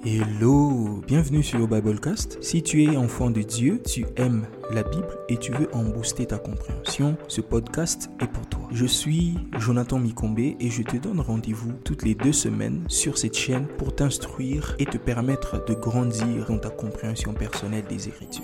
Hello, bienvenue sur Biblecast. Si tu es enfant de Dieu, tu aimes la Bible et tu veux en booster ta compréhension, ce podcast est pour toi. Je suis Jonathan Mikombe et je te donne rendez-vous toutes les 2 semaines sur cette chaîne pour t'instruire et te permettre de grandir dans ta compréhension personnelle des Écritures.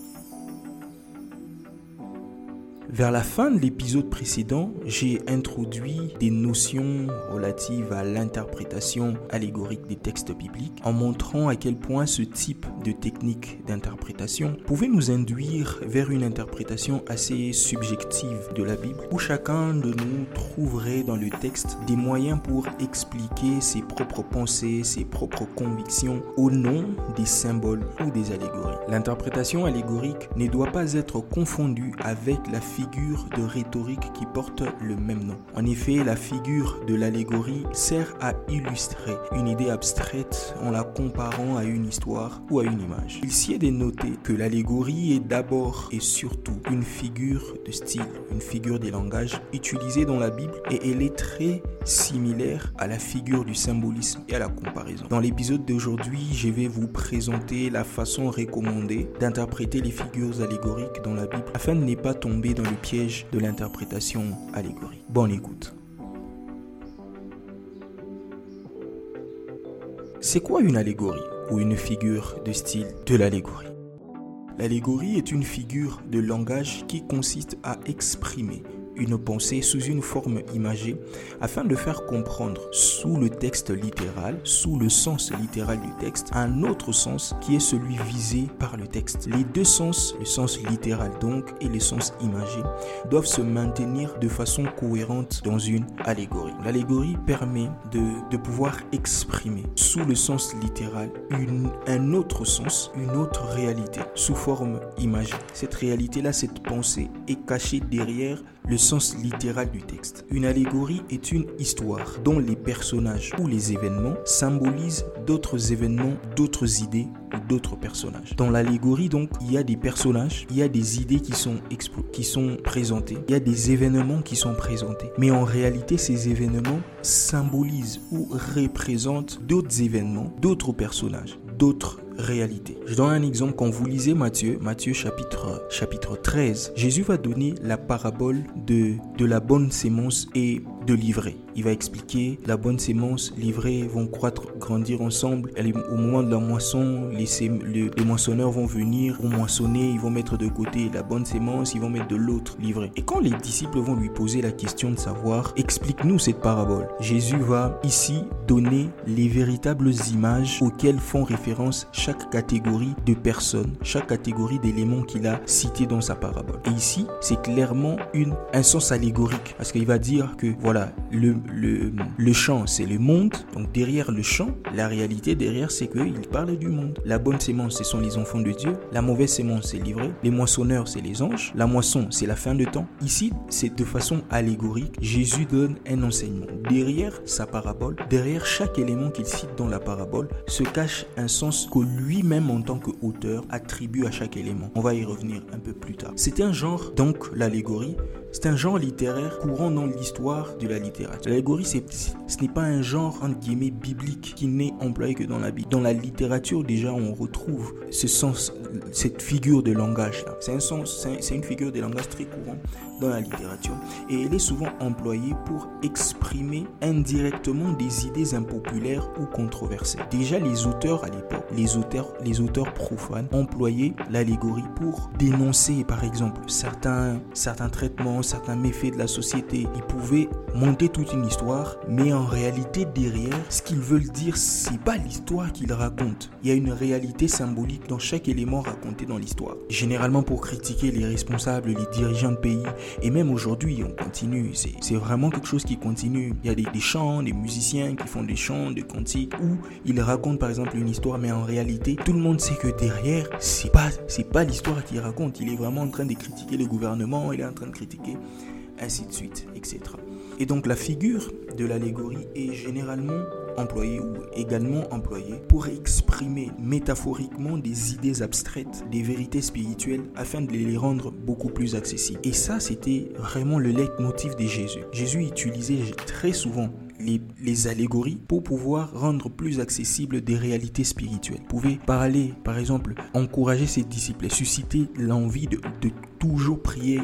Vers la fin de l'épisode précédent, j'ai introduit des notions relatives à l'interprétation allégorique des textes bibliques en montrant à quel point ce type de technique d'interprétation pouvait nous induire vers une interprétation assez subjective de la Bible où chacun de nous trouverait dans le texte des moyens pour expliquer ses propres pensées, ses propres convictions au nom des symboles ou des allégories. L'interprétation allégorique ne doit pas être confondue avec la figure de rhétorique qui porte le même nom. En effet, la figure de l'allégorie sert à illustrer une idée abstraite en la comparant à une histoire ou à une image. Il s'y est de noter que l'allégorie est d'abord et surtout une figure de style, une figure des langages utilisée dans la Bible et elle est très similaire à la figure du symbolisme et à la comparaison. Dans l'épisode d'aujourd'hui, je vais vous présenter la façon recommandée d'interpréter les figures allégoriques dans la Bible afin de ne pas tomber dans le piège de l'interprétation allégorique. Bonne écoute. C'est quoi une allégorie ou une figure de style de l'allégorie? L'allégorie est une figure de langage qui consiste à exprimer une pensée sous une forme imagée afin de faire comprendre sous le texte littéral, sous le sens littéral du texte, un autre sens qui est celui visé par le texte. Les deux sens, le sens littéral donc et le sens imagé, doivent se maintenir de façon cohérente dans une allégorie. L'allégorie permet de pouvoir exprimer sous le sens littéral un autre sens, une autre réalité sous forme imagée. Cette réalité-là, cette pensée est cachée derrière le sens littéral du texte. Une allégorie est une histoire dont les personnages ou les événements symbolisent d'autres événements, d'autres idées ou d'autres personnages. Dans l'allégorie, donc, il y a des personnages, il y a des idées qui sont présentées, il y a des événements qui sont présentés. Mais en réalité, ces événements symbolisent ou représentent d'autres événements, d'autres personnages, d'autres réalité. Je donne un exemple. Quand vous lisez Matthieu chapitre 13, Jésus va donner la parabole de la bonne sémence et de l'ivraie. Il va expliquer la bonne sémence, l'ivraie vont croître, grandir ensemble. Au moment de la moisson, les moissonneurs vont venir, vont moissonner, ils vont mettre de côté la bonne sémence, ils vont mettre de l'autre l'ivraie. Et quand les disciples vont lui poser la question de savoir, explique-nous cette parabole, Jésus va ici donner les véritables images auxquelles font référence chaque catégorie de personnes, chaque catégorie d'éléments qu'il a cités dans sa parabole. Et ici, c'est clairement un sens allégorique, parce qu'il va dire que voilà, le champ, c'est le monde. Donc derrière le champ, la réalité derrière, c'est qu'il parle du monde. La bonne sémence, ce sont les enfants de Dieu. La mauvaise sémence, c'est l'ivraie. Les moissonneurs, c'est les anges. La moisson, c'est la fin de temps. Ici, c'est de façon allégorique. Jésus donne un enseignement. Derrière sa parabole, derrière chaque élément qu'il cite dans la parabole, se cache un sens que lui-même, en tant qu'auteur, attribue à chaque élément. On va y revenir un peu plus tard. C'est un genre, donc l'allégorie, c'est un genre littéraire courant dans l'histoire de la littérature. L'allégorie, ce n'est pas un genre, entre guillemets, biblique qui n'est employé que dans la Bible. Dans la littérature, déjà, on retrouve ce sens, cette figure de langage-là. C'est une figure de langage très courant dans la littérature. Et elle est souvent employée pour exprimer indirectement des idées impopulaires ou controversées. Déjà, les auteurs à l'époque, les auteurs profanes, employaient l'allégorie pour dénoncer, par exemple, certains traitements, certains méfaits de la société. Ils pouvaient monter toute une histoire, mais en réalité, derrière, ce qu'ils veulent dire, c'est pas l'histoire qu'ils racontent. Il y a une réalité symbolique dans chaque élément raconté dans l'histoire. Généralement pour critiquer les responsables, les dirigeants de pays, et même aujourd'hui, on continue. C'est vraiment quelque chose qui continue. Il y a des chants, des musiciens qui font des chants, des cantiques, où ils racontent par exemple une histoire, mais en réalité, tout le monde sait que derrière, c'est pas l'histoire qu'il raconte. Il est vraiment en train de critiquer le gouvernement, il est en train de critiquer, ainsi de suite, etc. Et donc la figure de l'allégorie est généralement employée ou également employée pour exprimer métaphoriquement des idées abstraites, des vérités spirituelles afin de les rendre beaucoup plus accessibles. Et ça, c'était vraiment le leitmotiv de Jésus. Jésus utilisait très souvent les allégories pour pouvoir rendre plus accessibles des réalités spirituelles. Vous pouvez parler, par exemple, encourager ses disciples et susciter l'envie de toujours prier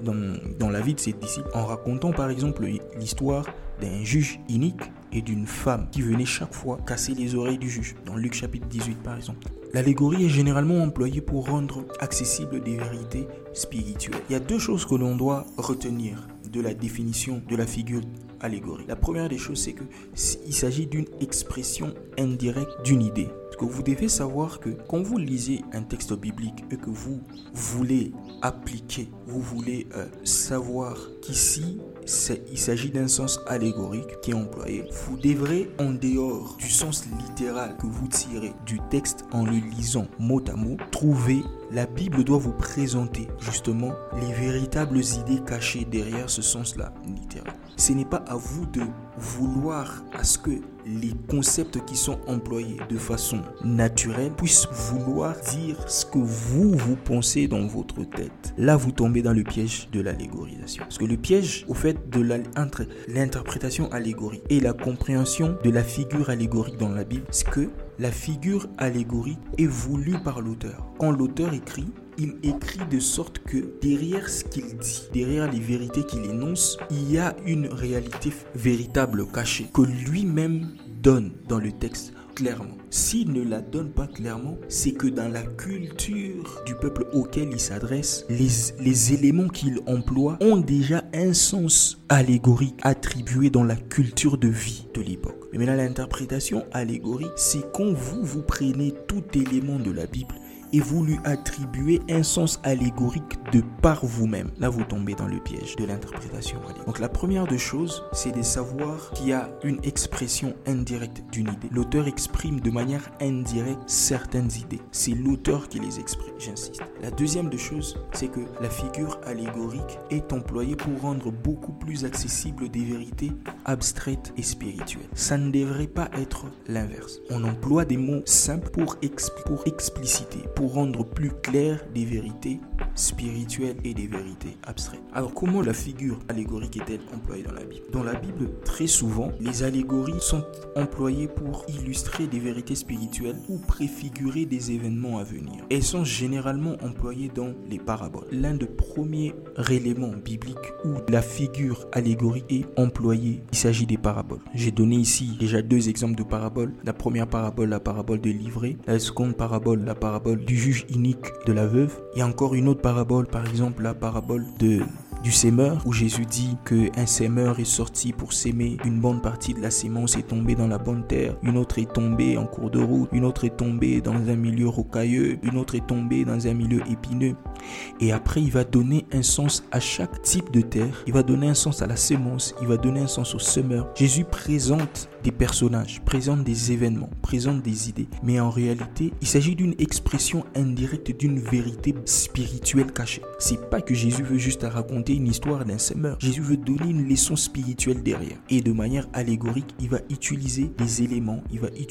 dans la vie de ses disciples en racontant par exemple l'histoire d'un juge inique et d'une femme qui venait chaque fois casser les oreilles du juge, dans Luc chapitre 18 par exemple. L'allégorie est généralement employée pour rendre accessibles des vérités spirituelles. Il y a deux choses que l'on doit retenir de la définition de la figure allégorie. La première des choses, c'est qu'il s'agit d'une expression indirecte d'une idée. Parce que vous devez savoir que quand vous lisez un texte biblique et que vous voulez appliquer, vous voulez savoir qu'ici, il s'agit d'un sens allégorique qui est employé. Vous devrez, en dehors du sens littéral que vous tirez du texte en le lisant mot à mot, trouver. La Bible doit vous présenter justement les véritables idées cachées derrière ce sens-là littéral. Ce n'est pas à vous de vouloir à ce que les concepts qui sont employés de façon naturelle puissent vouloir dire ce que vous pensez dans votre tête. Là, vous tombez dans le piège de l'allégorisation. Parce que le piège, au fait, entre l'interprétation allégorique et la compréhension de la figure allégorique dans la Bible, c'est que la figure allégorique est voulue par l'auteur. Quand l'auteur écrit, il écrit de sorte que derrière ce qu'il dit, derrière les vérités qu'il énonce, il y a une réalité véritable cachée que lui-même donne dans le texte clairement. S'il ne la donne pas clairement, c'est que dans la culture du peuple auquel il s'adresse, les éléments qu'il emploie ont déjà un sens allégorique attribué dans la culture de vie de l'époque. Mais maintenant, l'interprétation allégorique, c'est quand vous prenez tout élément de la Bible et vous lui attribuez un sens allégorique de par vous-même. Là, vous tombez dans le piège de l'interprétation allégorique. Donc, la première des choses, c'est de savoir qu'il y a une expression indirecte d'une idée. L'auteur exprime de manière indirecte certaines idées. C'est l'auteur qui les exprime, j'insiste. La deuxième des choses, c'est que la figure allégorique est employée pour rendre beaucoup plus accessible des vérités abstraites et spirituelles. Ça ne devrait pas être l'inverse. On emploie des mots simples pour expliciter, pour rendre plus clair des vérités spirituelles et des vérités abstraites. Alors, comment la figure allégorique est-elle employée dans la Bible ? Dans la Bible, très souvent, les allégories sont employées pour illustrer des vérités spirituelles ou préfigurer des événements à venir. Elles sont généralement employées dans les paraboles. L'un des premiers éléments bibliques où la figure allégorique est employée, il s'agit des paraboles. J'ai donné ici déjà 2 exemples de paraboles. La première parabole, la parabole de l'ivraie. La seconde parabole, la parabole du juge inique de la veuve. Il y a encore une autre parabole, par exemple la parabole du sémeur, où Jésus dit qu'un sémeur est sorti pour s'aimer. Une bonne partie de la sémence est tombée dans la bonne terre, une autre est tombée en cours de route, une autre est tombée dans un milieu rocailleux, une autre est tombée dans un milieu épineux. Et après, il va donner un sens à chaque type de terre. Il va donner un sens à la sémence, il va donner un sens au semeur. Jésus présente des personnages, présente des événements, présente des idées. Mais en réalité, il s'agit d'une expression indirecte d'une vérité spirituelle cachée. C'est pas que Jésus veut juste raconter une histoire d'un semeur. Jésus veut donner une leçon spirituelle derrière. Et de manière allégorique, il va utiliser des éléments,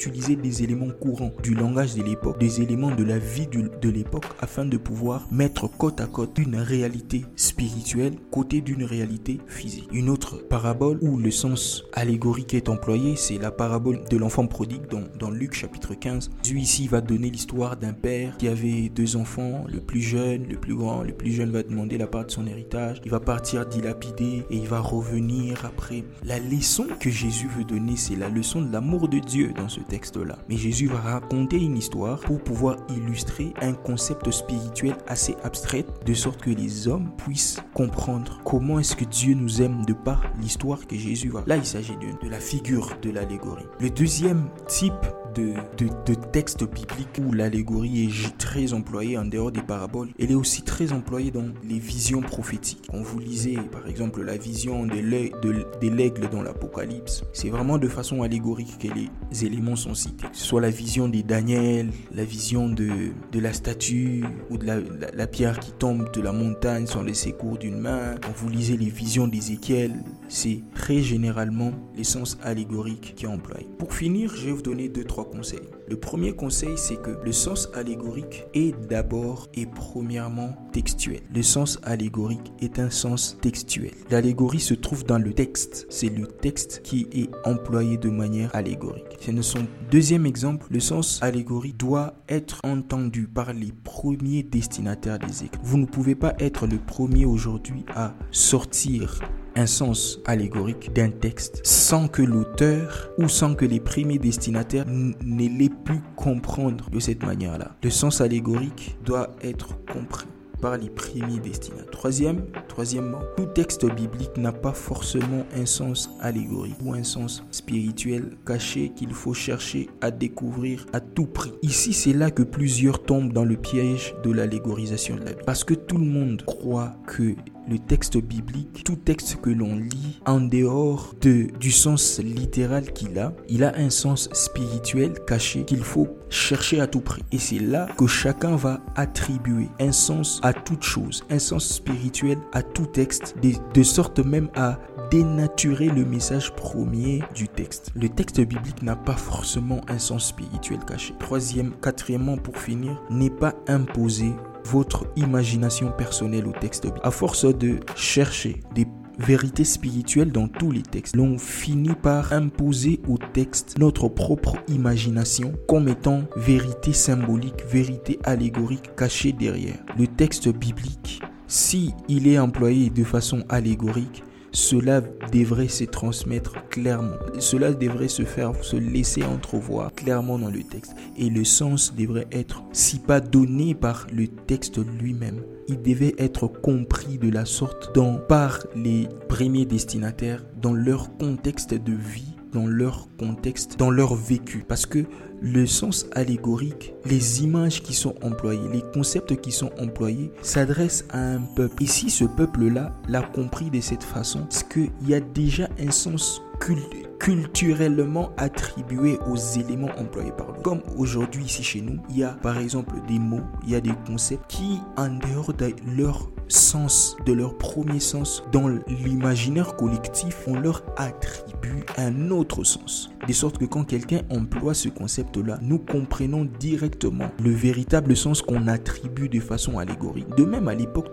courants du langage de l'époque, des éléments de la vie de l'époque, afin de pouvoir mettre côte à côte une réalité spirituelle côté d'une réalité physique. Une autre parabole où le sens allégorique est employé, c'est la parabole de l'enfant prodigue dans Luc chapitre 15. Jésus ici va donner l'histoire d'un père qui avait 2 enfants, le plus jeune, le plus grand. Le plus jeune va demander la part de son héritage. Il va partir dilapider et il va revenir après. La leçon que Jésus veut donner, c'est la leçon de l'amour de Dieu dans ce texte-là. Mais Jésus va raconter une histoire pour pouvoir illustrer un concept spirituel assez abstrait, de sorte que les hommes puissent comprendre comment est-ce que Dieu nous aime de par l'histoire que Jésus va. Là, il s'agit de la figure de l'allégorie. Le deuxième type de texte biblique où l'allégorie est très employée en dehors des paraboles, elle est aussi très employée dans les visions prophétiques. Quand vous lisez par exemple la vision de l'aigle dans l'Apocalypse, c'est vraiment de façon allégorique que les éléments sont cités. Que ce soit la vision de Daniel, la vision de la statue ou de la pierre qui tombe de la montagne sans le secours d'une main. Quand vous lisez les visions d'Ézéchiel, c'est très généralement les sens allégoriques qui est employé. Pour finir, je vais vous donner 2-3 3 conseils. Le premier conseil, c'est que le sens allégorique est d'abord et premièrement textuel. Le sens allégorique est un sens textuel. L'allégorie se trouve dans le texte. C'est le texte qui est employé de manière allégorique. Deuxième exemple, le sens allégorique doit être entendu par les premiers destinataires des écrits. Vous ne pouvez pas être le premier aujourd'hui à sortir un sens allégorique d'un texte sans que l'auteur ou sans que les premiers destinataires ne l'aient pu comprendre de cette manière-là. Le sens allégorique doit être compris par les premiers destinataires. Troisièmement, tout texte biblique n'a pas forcément un sens allégorique ou un sens spirituel caché qu'il faut chercher à découvrir à tout prix. Ici, c'est là que plusieurs tombent dans le piège de l'allégorisation de la Bible. Parce que tout le monde croit que le texte biblique, tout texte que l'on lit en dehors du sens littéral il a un sens spirituel caché qu'il faut chercher à tout prix. Et c'est là que chacun va attribuer un sens à toute chose, un sens spirituel à tout texte, de sorte même à dénaturer le message premier du texte. Le texte biblique n'a pas forcément un sens spirituel caché. Quatrièmement, pour finir, n'est pas imposé votre imagination personnelle au texte biblique. À force de chercher des vérités spirituelles dans tous les textes, l'on finit par imposer au texte notre propre imagination comme étant vérité symbolique, vérité allégorique cachée derrière. Le texte biblique, si il est employé de façon allégorique, cela devrait se transmettre clairement. Cela devrait se laisser entrevoir clairement dans le texte. Et le sens devrait être, si pas donné par le texte lui-même, il devait être compris de la sorte par les premiers destinataires dans leur contexte de vie, dans leur contexte, dans leur vécu. Parce que le sens allégorique, les images qui sont employées, les concepts qui sont employés s'adressent à un peuple. Et si ce peuple-là l'a compris de cette façon, c'est qu'il y a déjà un sens culturellement attribué aux éléments employés par lui. Comme aujourd'hui ici chez nous, il y a par exemple des mots, il y a des concepts qui, en dehors de leur sens, de leur premier sens, dans l'imaginaire collectif, on leur attribue un autre sens. De sorte que quand quelqu'un emploie ce concept-là, nous comprenons directement le véritable sens qu'on attribue de façon allégorique. De même, à l'époque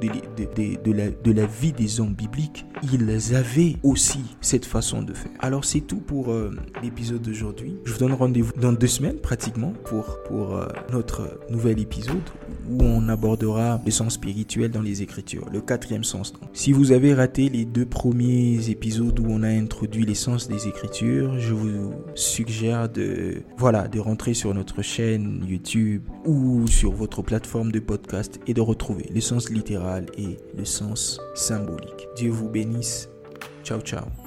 de la vie des hommes bibliques, ils avaient aussi cette façon de faire. Alors c'est tout pour l'épisode d'aujourd'hui. Je vous donne rendez-vous dans 2 semaines pratiquement pour notre nouvel épisode où on abordera le sens spirituel dans les Écritures, le 4e sens. Donc. Si vous avez raté les 2 premiers épisodes où on a introduit les sens des Écritures, je vous suggère de rentrer sur notre chaîne YouTube ou sur votre plateforme de podcast et de retrouver le sens littéral et le sens symbolique. Dieu vous bénisse. Ciao, ciao.